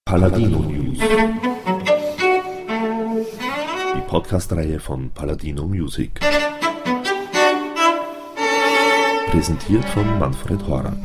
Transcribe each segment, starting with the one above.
Paladino News. Die Podcast-Reihe von Paladino Music. Präsentiert von Manfred Horak.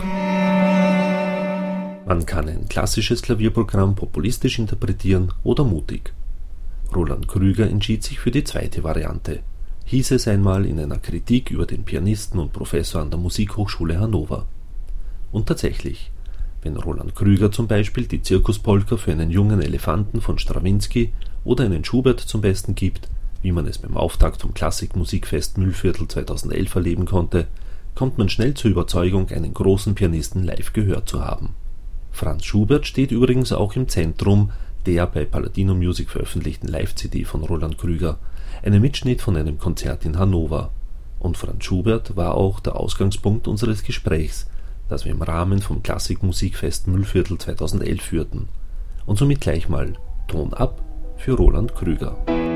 Man kann ein klassisches Klavierprogramm populistisch interpretieren oder mutig. Roland Krüger entschied sich für die zweite Variante, hieß es einmal in einer Kritik über den Pianisten und Professor an der Musikhochschule Hannover. Und tatsächlich, wenn Roland Krüger zum Beispiel die Zirkuspolka für einen jungen Elefanten von Strawinski oder einen Schubert zum Besten gibt, wie man es beim Auftakt vom Klassikmusikfest Mühlviertel 2011 erleben konnte, kommt man schnell zur Überzeugung, einen großen Pianisten live gehört zu haben. Franz Schubert steht übrigens auch im Zentrum der bei Paladino Music veröffentlichten Live-CD von Roland Krüger, einem Mitschnitt von einem Konzert in Hannover. Und Franz Schubert war auch der Ausgangspunkt unseres Gesprächs, das wir im Rahmen vom Klassikmusikfest Mühlviertel 2011 führten. Und somit gleich mal Ton ab für Roland Krüger.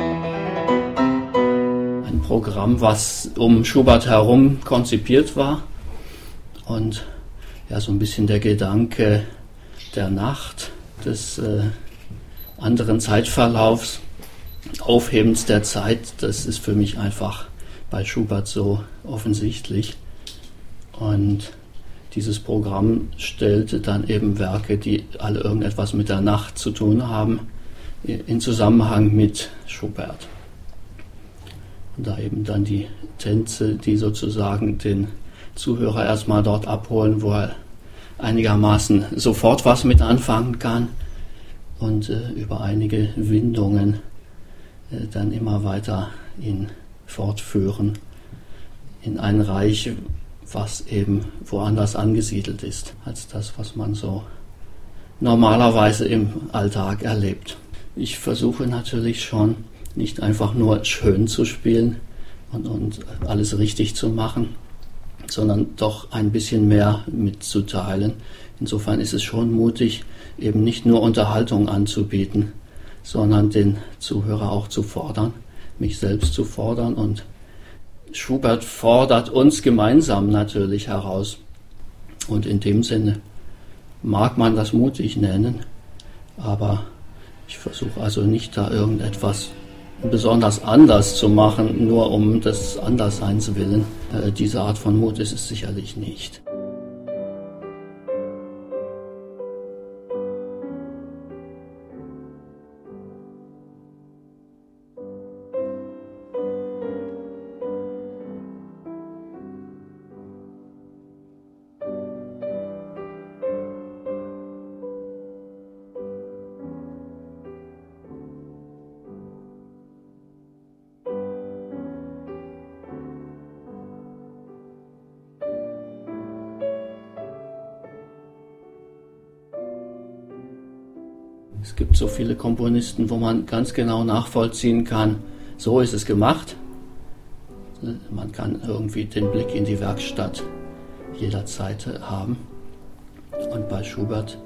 Ein Programm, was um Schubert herum konzipiert war und ja, so ein bisschen der Gedanke der Nacht, des anderen Zeitverlaufs, Aufhebens der Zeit, das ist für mich einfach bei Schubert so offensichtlich. Und dieses Programm stellte dann eben Werke, die alle irgendetwas mit der Nacht zu tun haben, in Zusammenhang mit Schubert. Und da eben dann die Tänze, die sozusagen den Zuhörer erstmal dort abholen, wo er einigermaßen sofort was mit anfangen kann und über einige Windungen dann immer weiter ihn fortführen in ein Reich, was eben woanders angesiedelt ist, als das, was man so normalerweise im Alltag erlebt. Ich versuche natürlich schon, nicht einfach nur schön zu spielen und alles richtig zu machen, sondern doch ein bisschen mehr mitzuteilen. Insofern ist es schon mutig, eben nicht nur Unterhaltung anzubieten, sondern den Zuhörer auch zu fordern, mich selbst zu fordern, und Schubert fordert uns gemeinsam natürlich heraus. Und in dem Sinne mag man das mutig nennen, aber ich versuche also nicht da irgendetwas besonders anders zu machen, nur um des Andersseins willen. Diese Art von Mut ist es sicherlich nicht. Es gibt so viele Komponisten, wo man ganz genau nachvollziehen kann, so ist es gemacht. Man kann irgendwie den Blick in die Werkstatt jederzeit haben. Und bei Schubert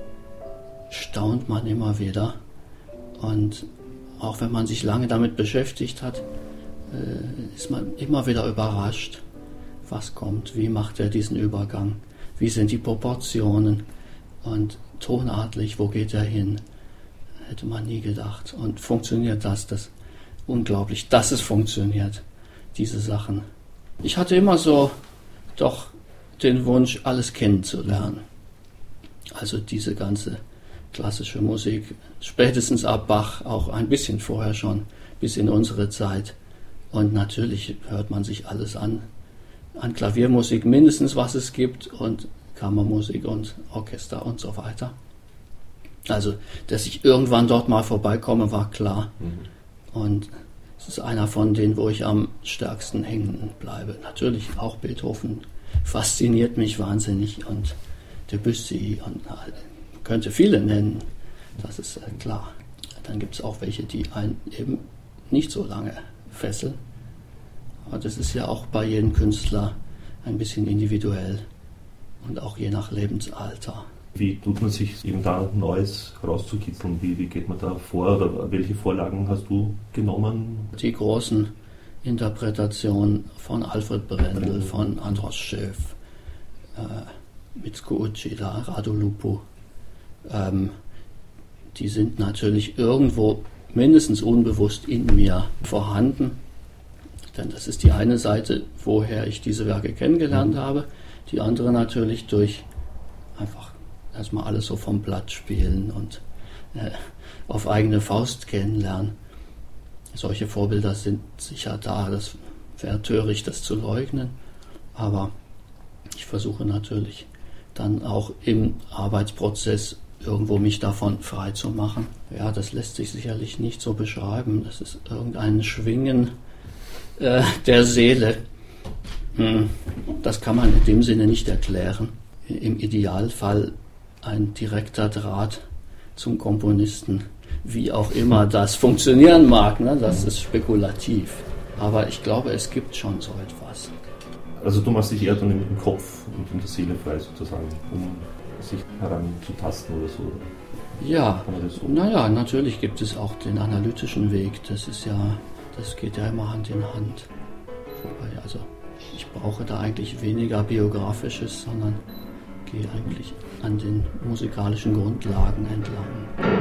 staunt man immer wieder. Und auch wenn man sich lange damit beschäftigt hat, ist man immer wieder überrascht, was kommt, wie macht er diesen Übergang, wie sind die Proportionen und tonartlich, wo geht er hin. Hätte man nie gedacht. Und funktioniert das? Das ist unglaublich, dass es funktioniert, diese Sachen. Ich hatte immer so doch den Wunsch, alles kennenzulernen. Also diese ganze klassische Musik, spätestens ab Bach, auch ein bisschen vorher schon, bis in unsere Zeit. Und natürlich hört man sich alles an Klaviermusik mindestens, was es gibt, und Kammermusik und Orchester und so weiter. Also, dass ich irgendwann dort mal vorbeikomme, war klar. Und es ist einer von denen, wo ich am stärksten hängen bleibe. Natürlich auch Beethoven fasziniert mich wahnsinnig, und Debussy, und man könnte viele nennen, das ist klar. Dann gibt es auch welche, die einen eben nicht so lange fesseln. Aber das ist ja auch bei jedem Künstler ein bisschen individuell und auch je nach Lebensalter. Wie tut man sich eben da Neues rauszukitzeln? Wie geht man da vor? Oder welche Vorlagen hast du genommen? Die großen Interpretationen von Alfred Brendel, von Andros Schäf, Mitsuko Uchida, Radu Lupu, die sind natürlich irgendwo mindestens unbewusst in mir vorhanden. Denn das ist die eine Seite, woher ich diese Werke kennengelernt habe. Die andere natürlich durch einfach erstmal alles so vom Blatt spielen und auf eigene Faust kennenlernen. Solche Vorbilder sind sicher da, das wäre töricht, das zu leugnen. Aber ich versuche natürlich dann auch im Arbeitsprozess irgendwo mich davon frei zu machen. Ja, das lässt sich sicherlich nicht so beschreiben. Das ist irgendein Schwingen der Seele. Das kann man in dem Sinne nicht erklären. Im Idealfall ein direkter Draht zum Komponisten, wie auch immer das funktionieren mag, ne? Das ist spekulativ. Aber ich glaube, es gibt schon so etwas. Also du machst dich eher dann im Kopf und in der Seele frei sozusagen, um sich heranzutasten oder so. Ja, naja, natürlich gibt es auch den analytischen Weg. Das geht ja immer Hand in Hand. Wobei, also ich brauche da eigentlich weniger Biografisches, sondern gehe eigentlich an den musikalischen Grundlagen entlang.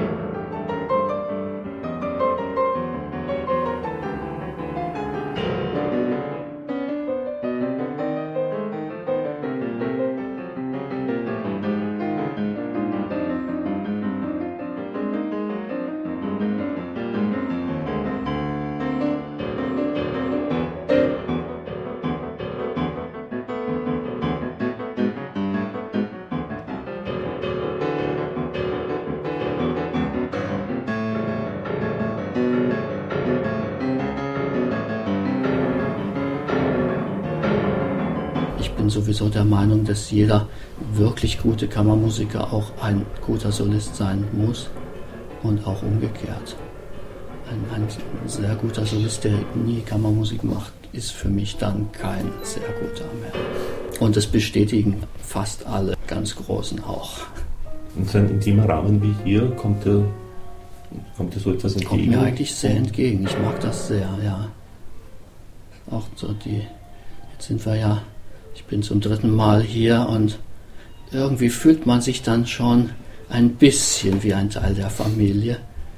Ich bin sowieso der Meinung, dass jeder wirklich gute Kammermusiker auch ein guter Solist sein muss und auch umgekehrt. Ein sehr guter Solist, der nie Kammermusik macht, ist für mich dann kein sehr guter mehr. Und das bestätigen fast alle ganz Großen auch. Und so ein intimer Rahmen wie hier, kommt dir so etwas entgegen? Kommt mir eigentlich sehr entgegen. Ich mag das sehr, ja. Auch so jetzt sind wir ja, ich bin zum 3. Mal hier und irgendwie fühlt man sich dann schon ein bisschen wie ein Teil der Familie.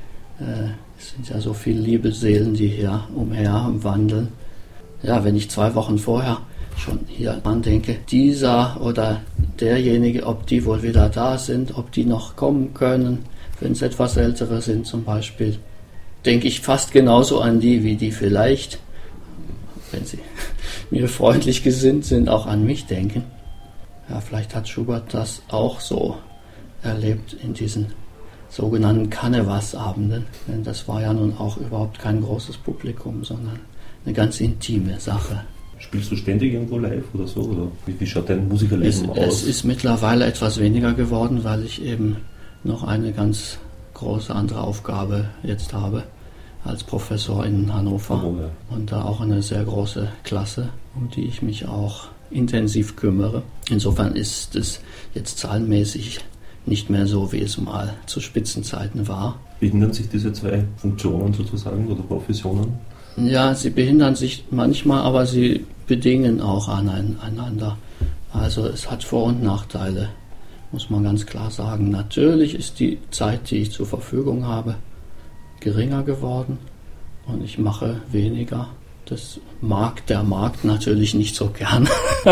Es sind ja so viele liebe Seelen, die hier umher wandeln. Ja, wenn ich 2 Wochen vorher schon hier andenke, dieser oder derjenige, ob die wohl wieder da sind, ob die noch kommen können, wenn es etwas ältere sind zum Beispiel, denke ich fast genauso an die, wie die vielleicht, wenn sie mir freundlich gesinnt sind, auch an mich denken. Ja, vielleicht hat Schubert das auch so erlebt in diesen sogenannten Canevas-Abenden, denn das war ja nun auch überhaupt kein großes Publikum, sondern eine ganz intime Sache. Spielst du ständig irgendwo live oder so? Oder wie schaut dein Musikerleben aus? Es ist mittlerweile etwas weniger geworden, weil ich eben noch eine ganz große andere Aufgabe jetzt habe als Professor in Hannover. Oh, ja. Und da auch eine sehr große Klasse, um die ich mich auch intensiv kümmere. Insofern ist es jetzt zahlenmäßig nicht mehr so, wie es mal zu Spitzenzeiten war. Behindern sich diese 2 Funktionen sozusagen oder Professionen? Ja, sie behindern sich manchmal, aber sie bedingen auch aneinander. Also es hat Vor- und Nachteile, muss man ganz klar sagen. Natürlich ist die Zeit, die ich zur Verfügung habe, geringer geworden und ich mache weniger. Das mag der Markt natürlich nicht so gern,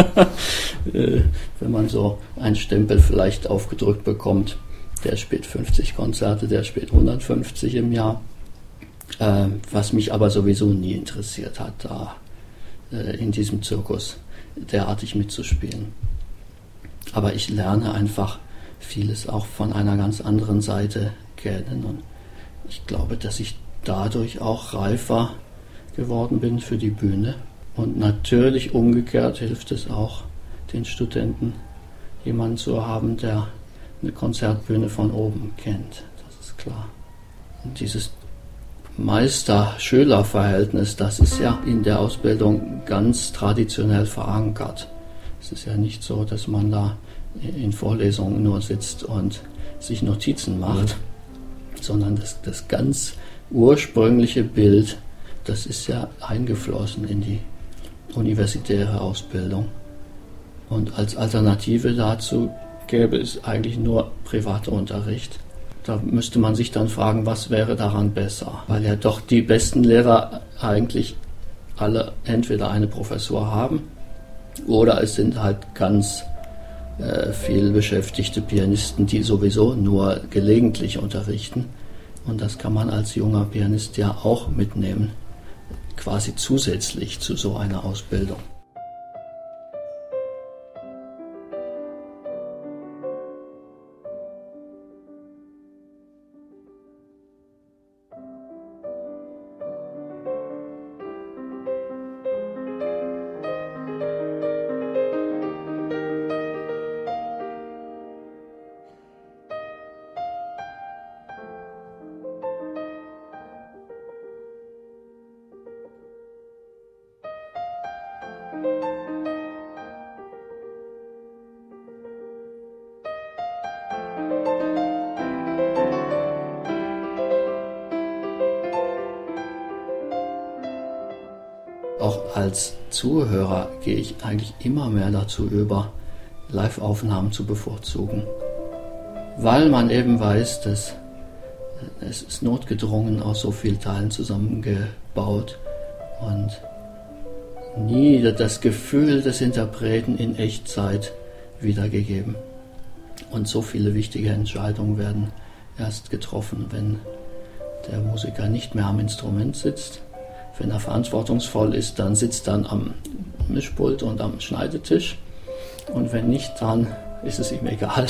wenn man so einen Stempel vielleicht aufgedrückt bekommt, der spielt 50 Konzerte, der spielt 150 im Jahr, was mich aber sowieso nie interessiert hat, da in diesem Zirkus derartig mitzuspielen. Aber ich lerne einfach vieles auch von einer ganz anderen Seite kennen und ich glaube, dass ich dadurch auch reifer geworden bin für die Bühne. Und natürlich umgekehrt hilft es auch den Studenten, jemanden zu haben, der eine Konzertbühne von oben kennt. Das ist klar. Und dieses Meister-Schüler-Verhältnis, das ist ja in der Ausbildung ganz traditionell verankert. Es ist ja nicht so, dass man da in Vorlesungen nur sitzt und sich Notizen macht, sondern das ganz ursprüngliche Bild, das ist ja eingeflossen in die universitäre Ausbildung. Und als Alternative dazu gäbe es eigentlich nur privater Unterricht. Da müsste man sich dann fragen, was wäre daran besser? Weil ja doch die besten Lehrer eigentlich alle entweder eine Professur haben oder es sind halt ganz viel beschäftigte Pianisten, die sowieso nur gelegentlich unterrichten. Und das kann man als junger Pianist ja auch mitnehmen, quasi zusätzlich zu so einer Ausbildung. Auch als Zuhörer gehe ich eigentlich immer mehr dazu über, Live-Aufnahmen zu bevorzugen. Weil man eben weiß, dass es ist notgedrungen aus so vielen Teilen zusammengebaut und nie das Gefühl des Interpreten in Echtzeit wiedergegeben. Und so viele wichtige Entscheidungen werden erst getroffen, wenn der Musiker nicht mehr am Instrument sitzt. Wenn er verantwortungsvoll ist, dann sitzt er am Mischpult und am Schneidetisch. Und wenn nicht, dann ist es ihm egal.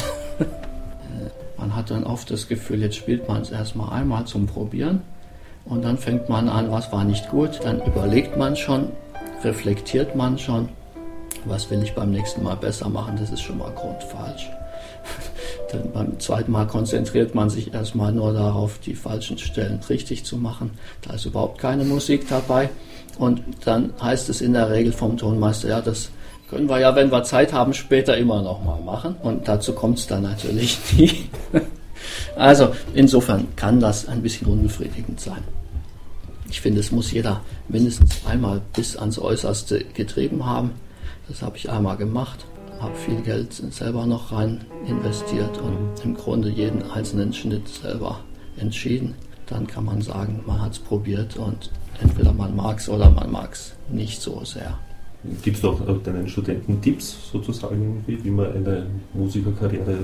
Man hat dann oft das Gefühl, jetzt spielt man es erstmal einmal zum Probieren und dann fängt man an, was war nicht gut. Dann überlegt man schon, reflektiert man schon, was will ich beim nächsten Mal besser machen, das ist schon mal grundfalsch. Dann beim zweiten Mal konzentriert man sich erstmal nur darauf, die falschen Stellen richtig zu machen. Da ist überhaupt keine Musik dabei. Und dann heißt es in der Regel vom Tonmeister, ja, das können wir ja, wenn wir Zeit haben, später immer noch mal machen. Und dazu kommt es dann natürlich nie. Also insofern kann das ein bisschen unbefriedigend sein. Ich finde, es muss jeder mindestens einmal bis ans Äußerste getrieben haben. Das habe ich einmal gemacht. Habe viel Geld selber noch rein investiert und im Grunde jeden einzelnen Schnitt selber entschieden. Dann kann man sagen, man hat es probiert und entweder man mag es oder man mag es nicht so sehr. Gibt es auch deinen Studenten Tipps sozusagen, wie man eine Musikerkarriere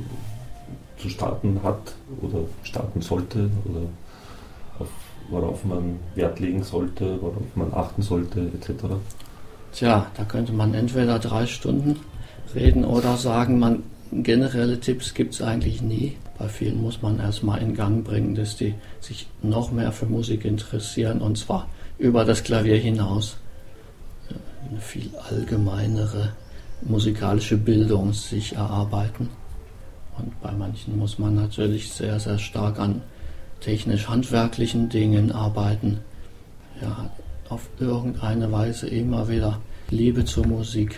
zu starten hat oder starten sollte oder worauf man Wert legen sollte, worauf man achten sollte etc.? Tja, da könnte man entweder 3 Stunden reden oder sagen, generelle Tipps gibt es eigentlich nie. Bei vielen muss man erstmal in Gang bringen, dass die sich noch mehr für Musik interessieren und zwar über das Klavier hinaus. Eine viel allgemeinere musikalische Bildung sich erarbeiten. Und bei manchen muss man natürlich sehr, sehr stark an technisch-handwerklichen Dingen arbeiten. Ja, auf irgendeine Weise immer wieder Liebe zur Musik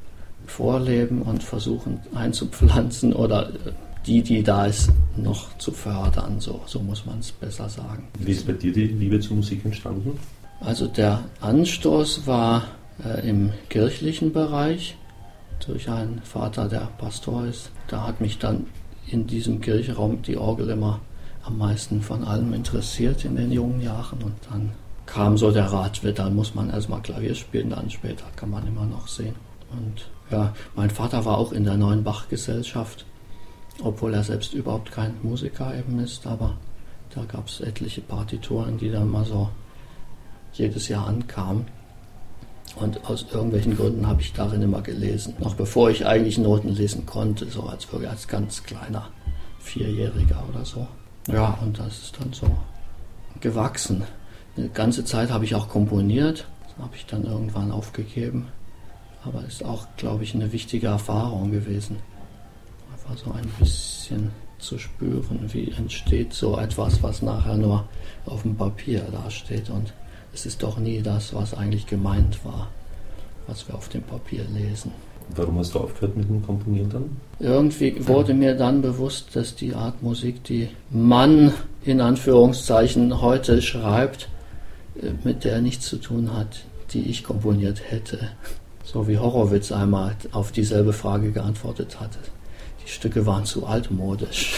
vorleben und versuchen einzupflanzen oder die da ist, noch zu fördern. So muss man es besser sagen. Wie ist bei dir die Liebe zur Musik entstanden? Also der Anstoß war im kirchlichen Bereich durch einen Vater, der Pastor ist. Da hat mich dann in diesem Kirchenraum die Orgel immer am meisten von allem interessiert in den jungen Jahren. Und dann kam so der Rat, dann muss man erstmal Klavier spielen, dann später kann man immer noch sehen. Und ja, mein Vater war auch in der Neuen Bach-Gesellschaft, obwohl er selbst überhaupt kein Musiker eben ist, aber da gab es etliche Partituren, die dann mal so jedes Jahr ankamen. Und aus irgendwelchen Gründen habe ich darin immer gelesen, noch bevor ich eigentlich Noten lesen konnte, so als ganz kleiner 4-Jähriger oder so. Ja, und das ist dann so gewachsen. Eine ganze Zeit habe ich auch komponiert, das habe ich dann irgendwann aufgegeben. Aber ist auch, glaube ich, eine wichtige Erfahrung gewesen. Einfach so ein bisschen zu spüren, wie entsteht so etwas, was nachher nur auf dem Papier dasteht. Und es ist doch nie das, was eigentlich gemeint war, was wir auf dem Papier lesen. Warum hast du aufgehört mit dem Komponieren dann? Irgendwie wurde mir dann bewusst, dass die Art Musik, die man in Anführungszeichen heute schreibt, mit der nichts zu tun hat, die ich komponiert hätte. So wie Horowitz einmal auf dieselbe Frage geantwortet hatte. die Stücke waren zu altmodisch.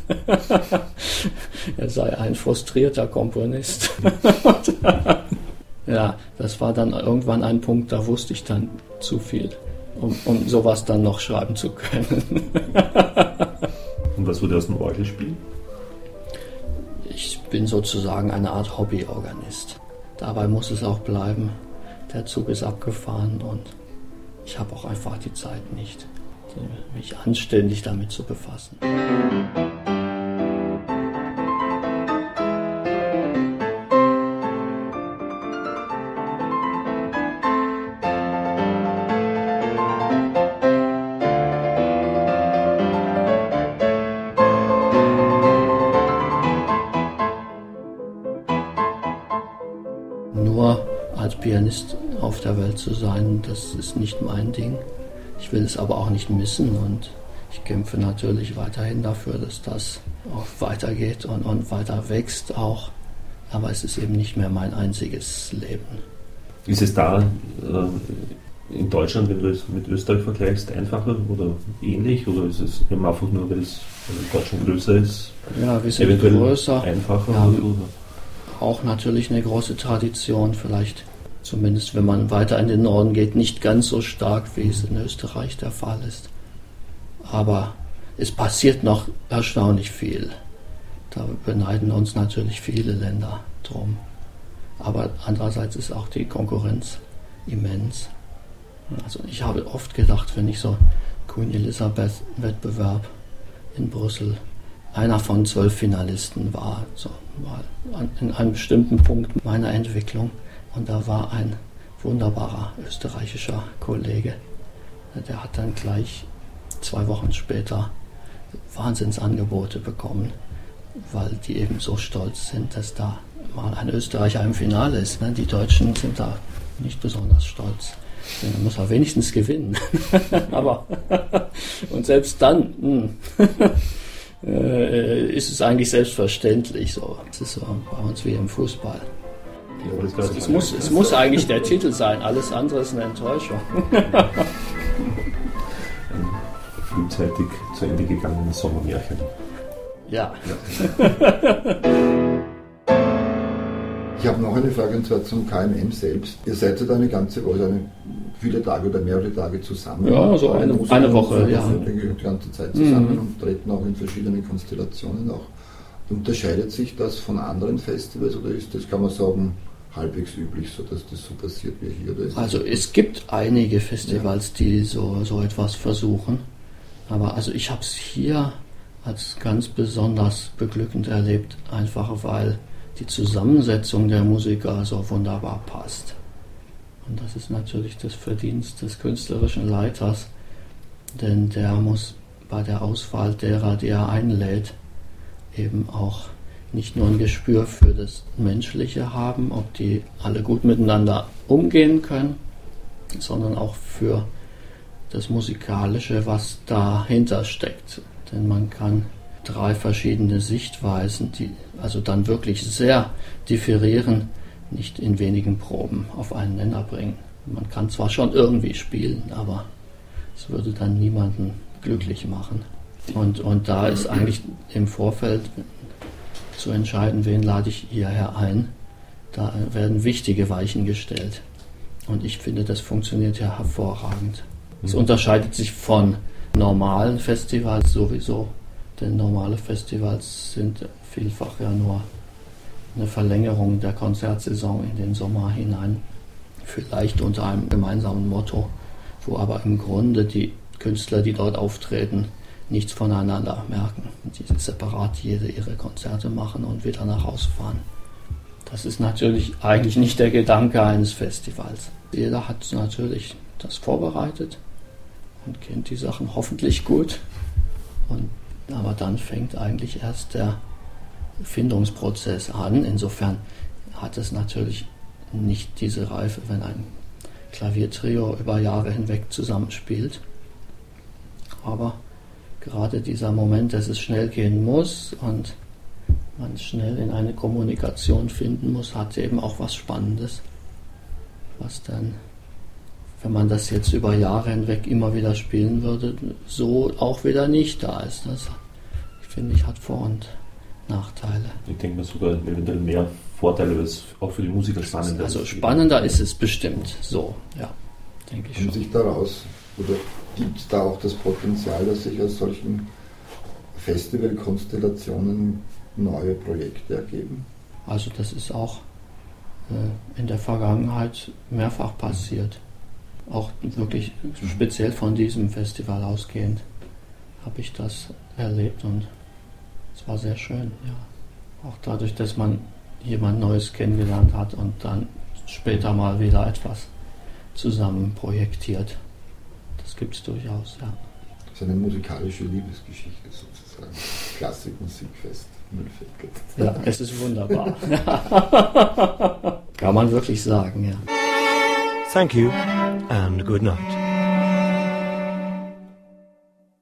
Er sei ein frustrierter Komponist. Ja, das war dann irgendwann ein Punkt, da wusste ich dann zu viel, um sowas dann noch schreiben zu können. Und was wurde aus dem Orgelspiel? Ich bin sozusagen eine Art Hobbyorganist. Dabei muss es auch bleiben. Der Zug ist abgefahren und ich habe auch einfach die Zeit nicht, mich anständig damit zu befassen. Nur als Pianist auf der Welt zu sein, das ist nicht mein Ding. Ich will es aber auch nicht missen und ich kämpfe natürlich weiterhin dafür, dass das auch weitergeht und weiter wächst auch. Aber es ist eben nicht mehr mein einziges Leben. Ist es da in Deutschland, wenn du es mit Österreich vergleichst, einfacher oder ähnlich? Oder ist es eben einfach nur, weil es Deutschland größer ist? Ja, wir sind eventuell größer. Einfacher? Ja, oder? Auch natürlich eine große Tradition, vielleicht zumindest wenn man weiter in den Norden geht, nicht ganz so stark, wie es in Österreich der Fall ist. Aber es passiert noch erstaunlich viel. Da beneiden uns natürlich viele Länder drum. Aber andererseits ist auch die Konkurrenz immens. Also ich habe oft gedacht, wenn ich so Queen Elizabeth Wettbewerb in Brüssel einer von 12 Finalisten war, so mal in einem bestimmten Punkt meiner Entwicklung. Und da war ein wunderbarer österreichischer Kollege. Der hat dann gleich 2 Wochen später Wahnsinnsangebote bekommen, weil die eben so stolz sind, dass da mal ein Österreicher im Finale ist. Die Deutschen sind da nicht besonders stolz. Man muss er wenigstens gewinnen. Aber und selbst dann ist es eigentlich selbstverständlich so. Es ist so bei uns wie im Fußball. Es muss eigentlich der Titel sein, alles andere ist eine Enttäuschung. Ein frühzeitig zu Ende gegangenes Sommermärchen. Ja. Ich habe noch eine Frage, und zwar zum KMM selbst. Ihr seid ja da eine ganze Woche, viele Tage oder mehrere Tage zusammen. Ja, so eine Woche, ja. Die ganze Zeit zusammen und treten auch in verschiedenen Konstellationen auch. Unterscheidet sich das von anderen Festivals oder ist das, kann man sagen, halbwegs üblich, so dass das so passiert wie hier? Oder Also es gibt einige Festivals, die so etwas versuchen. Aber also ich habe es hier als ganz besonders beglückend erlebt, einfach weil die Zusammensetzung der Musiker so wunderbar passt. Und das ist natürlich das Verdienst des künstlerischen Leiters, denn der muss bei der Auswahl derer, die er einlädt, eben auch nicht nur ein Gespür für das Menschliche haben, ob die alle gut miteinander umgehen können, sondern auch für das Musikalische, was dahinter steckt. Denn man kann 3 verschiedene Sichtweisen, die also dann wirklich sehr differieren, nicht in wenigen Proben auf einen Nenner bringen. Man kann zwar schon irgendwie spielen, aber es würde dann niemanden glücklich machen. Und da ist eigentlich im Vorfeld zu entscheiden, wen lade ich hierher ein. Da werden wichtige Weichen gestellt. Und ich finde, das funktioniert ja hervorragend. Es unterscheidet sich von normalen Festivals sowieso, denn normale Festivals sind vielfach ja nur eine Verlängerung der Konzertsaison in den Sommer hinein, vielleicht unter einem gemeinsamen Motto, wo aber im Grunde die Künstler, die dort auftreten, nichts voneinander merken. Die separat jede ihre Konzerte machen und wieder nach Hause fahren. Das ist natürlich eigentlich nicht der Gedanke eines Festivals. Jeder hat natürlich das vorbereitet und kennt die Sachen hoffentlich gut. Aber dann fängt eigentlich erst der Findungsprozess an. Insofern hat es natürlich nicht diese Reife, wenn ein Klaviertrio über Jahre hinweg zusammenspielt. Aber gerade dieser Moment, dass es schnell gehen muss und man schnell in eine Kommunikation finden muss, hat eben auch was Spannendes, was dann wenn man das jetzt über Jahre hinweg immer wieder spielen würde, so auch wieder nicht da ist. Das, finde ich, hat Vor- und Nachteile. Ich denke mal sogar eventuell mehr Vorteile, weil es auch für die Musiker spannender ist. Also spannender ist es bestimmt, so, ja, denke ich schon. Haben sich daraus, oder gibt es da auch das Potenzial, dass sich aus solchen Festivalkonstellationen neue Projekte ergeben? Also das ist auch in der Vergangenheit mehrfach passiert. Auch wirklich speziell von diesem Festival ausgehend habe ich das erlebt und es war sehr schön, ja. Auch dadurch, dass man jemand Neues kennengelernt hat und dann später mal wieder etwas zusammen projektiert. Das gibt es durchaus, ja. Das ist eine musikalische Liebesgeschichte sozusagen. Klassikmusikfest Mühlviertel. Ja, es ist wunderbar. Kann man wirklich sagen, ja. Thank you and good night.